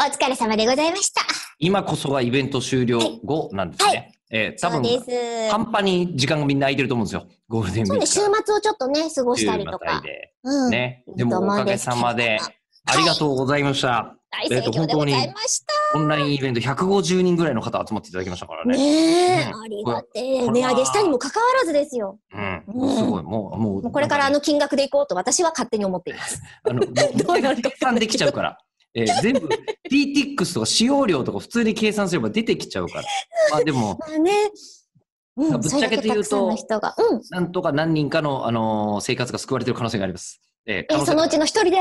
お疲れ様でございました。 今こそがイベント終了後なんですね。多分、半端に時間がみんな空いてると思うんですよ。ゴールデンウィーク。 そうね、週末をちょっとね、過ごしたりとか。 ね。でもおかげさまで、ありがとうございました。 大盛況でございました。 オンラインイベント150人ぐらいの方集まっていただきましたからね。 ねえ、ありがてえ。値上げしたにもかかわらずですよ。 すごい。もうこれから金額でいこうと私は勝手に思っています。 計算できちゃうから。全部 PTX とか使用量とか普通に計算すれば出てきちゃうから。まあでも、ぶっちゃけて言うと、なんとか何人かの、生活が救われてる可能性があります。 そのうちの一人です。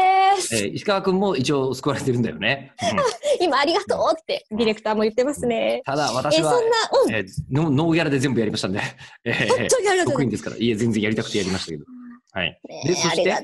石川くんも一応救われてるんだよね。 今ありがとうってディレクターも言ってますね。 ただ私は、ノーギャラで全部やりましたんで。 本当にありがとう。 得意ですから。いえ、全然やりたくてやりましたけど。はい。 で、そして、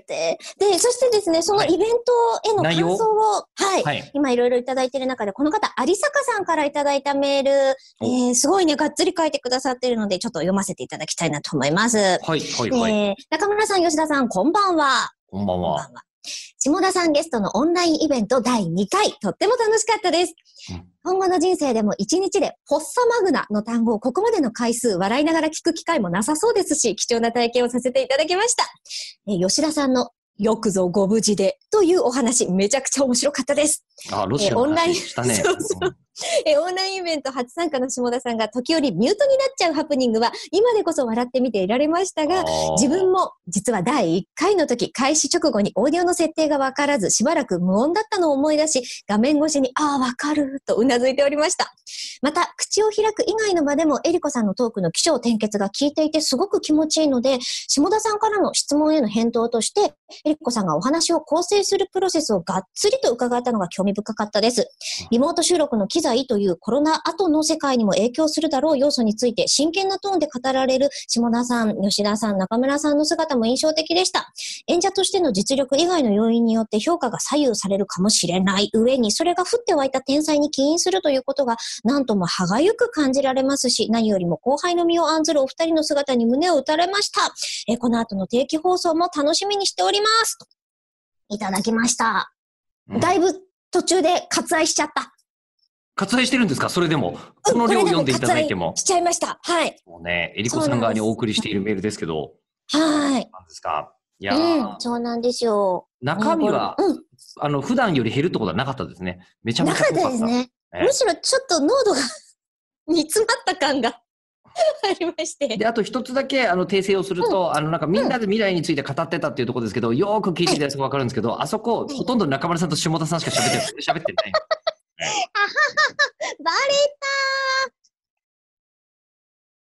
そしてですね、そのイベントへの感想を、今いろいろいただいている中で、この方、有坂さんからいただいたメール、すごいね、がっつり書いてくださっているので、ちょっと読ませていただきたいなと思います。中村さん、吉田さん、こんばんは。 こんばんは。 下田さんゲストのオンラインイベント第2回、とっても楽しかったです。今後の人生でも1日でフォッサマグナの単語をここまでの回数笑いながら聞く機会もなさそうですし、貴重な体験をさせていただきました。吉田さんのよくぞご無事でというお話、めちゃくちゃ面白かったです。 ロシアの話したね。 オンラインイベント初参加の下田さんが時折ミュートになっちゃうハプニングは今でこそ笑って見ていられましたが、自分も実は第1回の時開始直後にオーディオの設定がわからずしばらく無音だったのを思い出し、画面越しにわかるとうなずいておりました。また口を開く以外の場でもエリコさんのトークの起承転結が聞いていてすごく気持ちいいので、下田さんからの質問への返答としてエリコさんがお話を構成するプロセスをがっつりと伺ったのが興味深かったです。リモート収録の機材というコロナ後の世界にも影響するだろう要素について真剣なトーンで語られる下田さん、吉田さん、中村さんの姿も印象的でした。演者としての実力以外の要因によって評価が左右されるかもしれない上に、それが降って湧いた天才に起因するということがなんとも歯がゆく感じられますし、何よりも後輩の身を案ずるお二人の姿に胸を打たれました。この後の定期放送も楽しみにしております。いただきました。だいぶ途中で割愛しちゃった。 割愛してるんですか？それでも。この量読んでいただいても。 しちゃいました。はい。 もうね、えりこさん側にお送りしているメールですけど。 はい。 なんですか。いやそうなんですよ。 中身は、普段より減るってことはなかったですね。めちゃめちゃ濃かった。 なかったですね。むしろちょっと濃度が煮詰まった感がありまして。 で、あと一つだけ、訂正をすると、なんかみんなで未来について語ってたっていうところですけど、よーく聞いていただくとわかるんですけど、あそこ、ほとんど中村さんと下田さんしか喋ってない。 バレ